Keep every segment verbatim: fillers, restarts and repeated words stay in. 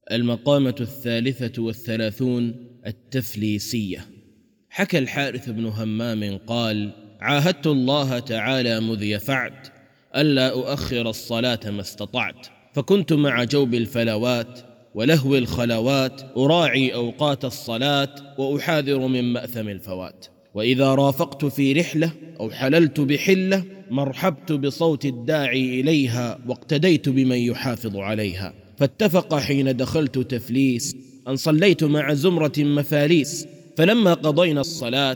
المقامة الثالثة والثلاثون التفليسية. حكى الحارث بن همام قال: عاهدت الله تعالى مذ يفعت ألا أؤخر الصلاة ما استطعت، فكنت مع جوب الفلوات ولهو الخلوات أراعي أوقات الصلاة وأحاذر من مأثم الفوات. وإذا رافقت في رحلة أو حللت بحلة مرحبت بصوت الداعي إليها واقتديت بمن يحافظ عليها. فاتفق حين دخلت تفليس أن صليت مع زمرة مفاليس، فلما قضينا الصلاة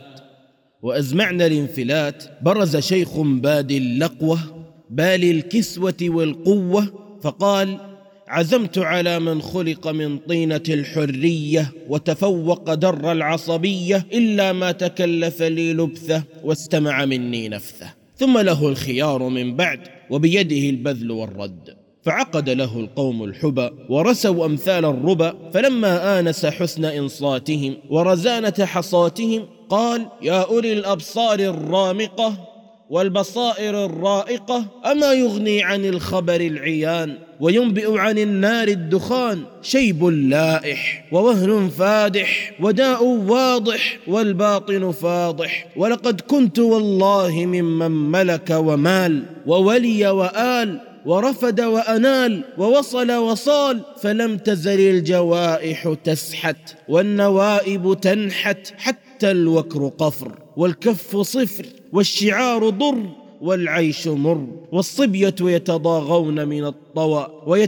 وأزمعنا الانفلات برز شيخ بادي اللقوة بالي الكسوة والقوة فقال: عزمت على من خلق من طينة الحرية وتفوق در العصبية إلا ما تكلف لي لبثه واستمع مني نفثه، ثم له الخيار من بعد وبيده البذل والرد. فعقد له القوم الحبى ورسوا أمثال الربى، فلما آنس حسن إنصاتهم ورزانة حصاتهم قال: يا أولي الأبصار الرامقة والبصائر الرائقة، أما يغني عن الخبر العيان وينبئ عن النار الدخان شيب لائح ووهن فادح وداء واضح والباطن فاضح، ولقد كنت والله ممن ملك ومال وولي وآل ورفد وأنال ووصل وصال، فلم تزل الجوائح تسحت والنوائب تنحت، حتى الوكر قفر والكف صفر والشعار ضر والعيش مر، والصبية يتضاغون من الطوى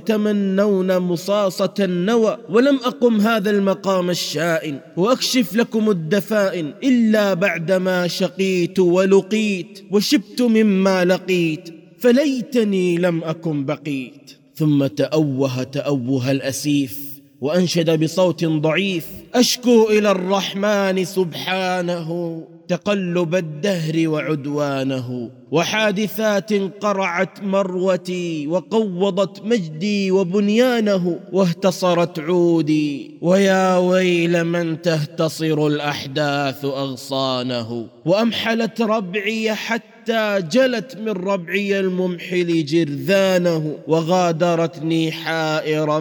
ويتمنون مصاصة النوى. ولم أقم هذا المقام الشائن وأكشف لكم الدفائن إلا بعدما شقيت ولقيت وشبت مما لقيت، فليتني لم أكن بقيت. ثم تأوه تأوه الأسيف وأنشد بصوت ضعيف: أشكو إلى الرحمن سبحانه تقلب الدهر وعدوانه، وحادثات قرعت مروتي وقوضت مجدي وبنيانه، واهتصرت عودي ويا ويل من تهتصر الأحداث أغصانه، وأمحلت ربعي حتى جلت من ربعي الممحل جرذانه، وغادرتني حائرا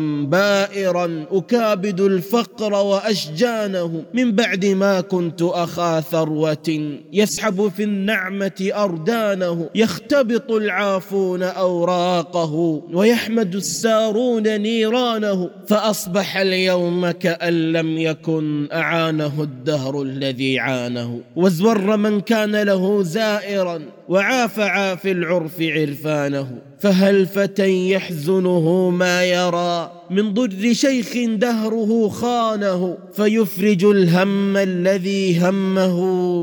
بائرا أكابد الفقر وأشجانه، من بعد ما كنت أخا ثروة يسحب في النعمة أردانه، يختبط العافون أوراقه ويحمد السارون نيرانه، فأصبح اليوم كأن لم يكن أعانه الدهر الذي عانه، وازور من كان له زائرا وعافع في العرف عرفانه، فهل فتى يحزنه ما يرى من ضر شيخ دهره خانه، فيفرج الهم الذي همه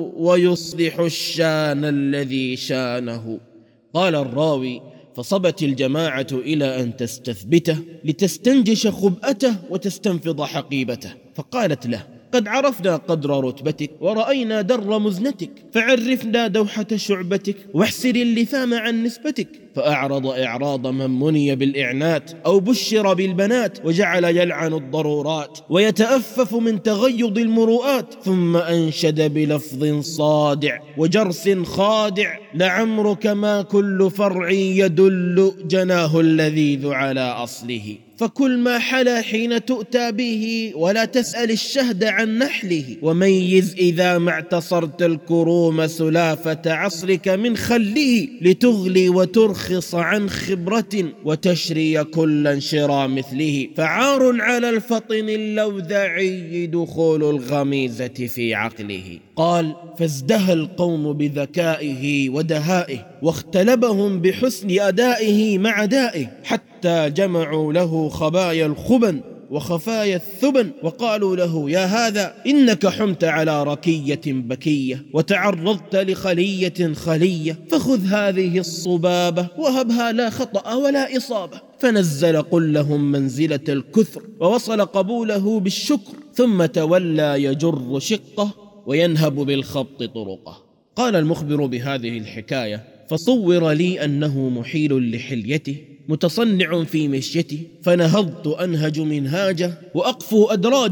ويصلح الشان الذي شانه. قال الراوي: فصبت الجماعة إلى أن تستثبته لتستنجش خبأته وتستنفض حقيبته، فقالت له: قد عرفنا قدر رتبتك ورأينا در مزنتك، فعرفنا دوحة شعبتك واحسر اللثام عن نسبتك. فأعرض إعراض من مني بالإعنات أو بشر بالبنات، وجعل يلعن الضرورات ويتأفف من تغيض المروءات، ثم أنشد بلفظ صادع وجرس خادع: لعمرك ما كل فرع يدل جناه اللذيذ على أصله، فكل ما حلا حين تؤتى به ولا تسأل الشهد عن نحله، وميز إذا ما اعتصرت الكروم سلافة عصرك من خله، لتغلي وترخص عن خبرة وتشري كل انشرى مثله، فعار على الفطن اللوذعي دخول الغميزة في عقله. قال: فازدهى القوم بذكائه ودهائه واختلبهم بحسن أدائه مع دائه، حتى جمعوا له خبايا الخبن وخفايا الثبن، وقالوا له: يا هذا إنك حمت على ركية بكية وتعرضت لخلية خلية، فخذ هذه الصبابة وهبها لا خطأ ولا إصابة. فنزل قل لهم منزلة الكثر ووصل قبوله بالشكر، ثم تولى يجر شقه وينهب بالخبط طرقه. قال المخبر بهذه الحكاية: فصور لي أنه محيل لحليته متصنع في مشيته، فنهضت أنهج منهاجه وأقفو أدراجه،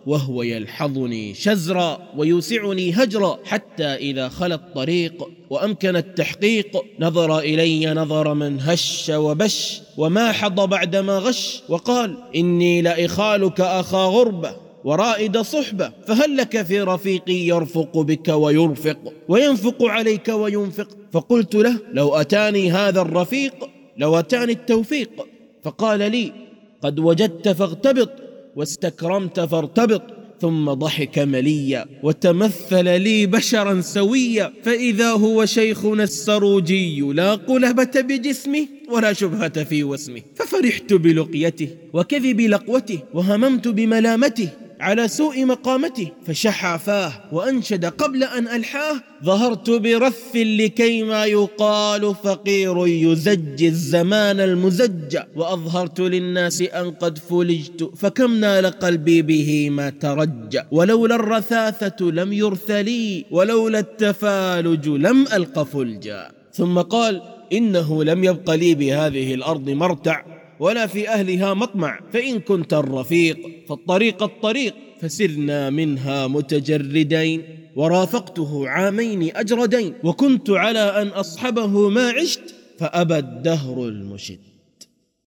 وهو يلحظني شزرا ويوسعني هجرا، حتى إذا خلا الطريق وأمكن التحقيق نظر إلي نظر من هش وبش وماحض بعدما غش، وقال: إني لإخالك أخا غربة ورائد صحبة، فهل لك في رفيقي يرفق بك ويرفق وينفق عليك وينفق؟ فقلت له: لو أتاني هذا الرفيق لو أتاني التوفيق. فقال لي: قد وجدت فاغتبط واستكرمت فارتبط. ثم ضحك مليا وتمثل لي بشرا سويا، فإذا هو شيخنا السروجي لا قلبة بجسمه ولا شبهة في وسمه، ففرحت بلقيته وكذب لقوته وهممت بملامته على سوء مقامته، فشحى فاه وأنشد قبل أن ألحاه: ظهرت برث لكيما يقال فقير يزجي الزمان المزج، وأظهرت للناس أن قد فلجت فكم نال قلبي به ما ترج، ولولا الرثاثة لم يرث لي ولولا التفالج لم ألق فلجا. ثم قال: إنه لم يبق لي بهذه الأرض مرتع ولا في أهلها مطمع، فإن كنت الرفيق فالطريق الطريق، فسرنا منها متجردين ورافقته عامين أجردين، وكنت على أن أصحبه ما عشت فأبى الدهر المشد.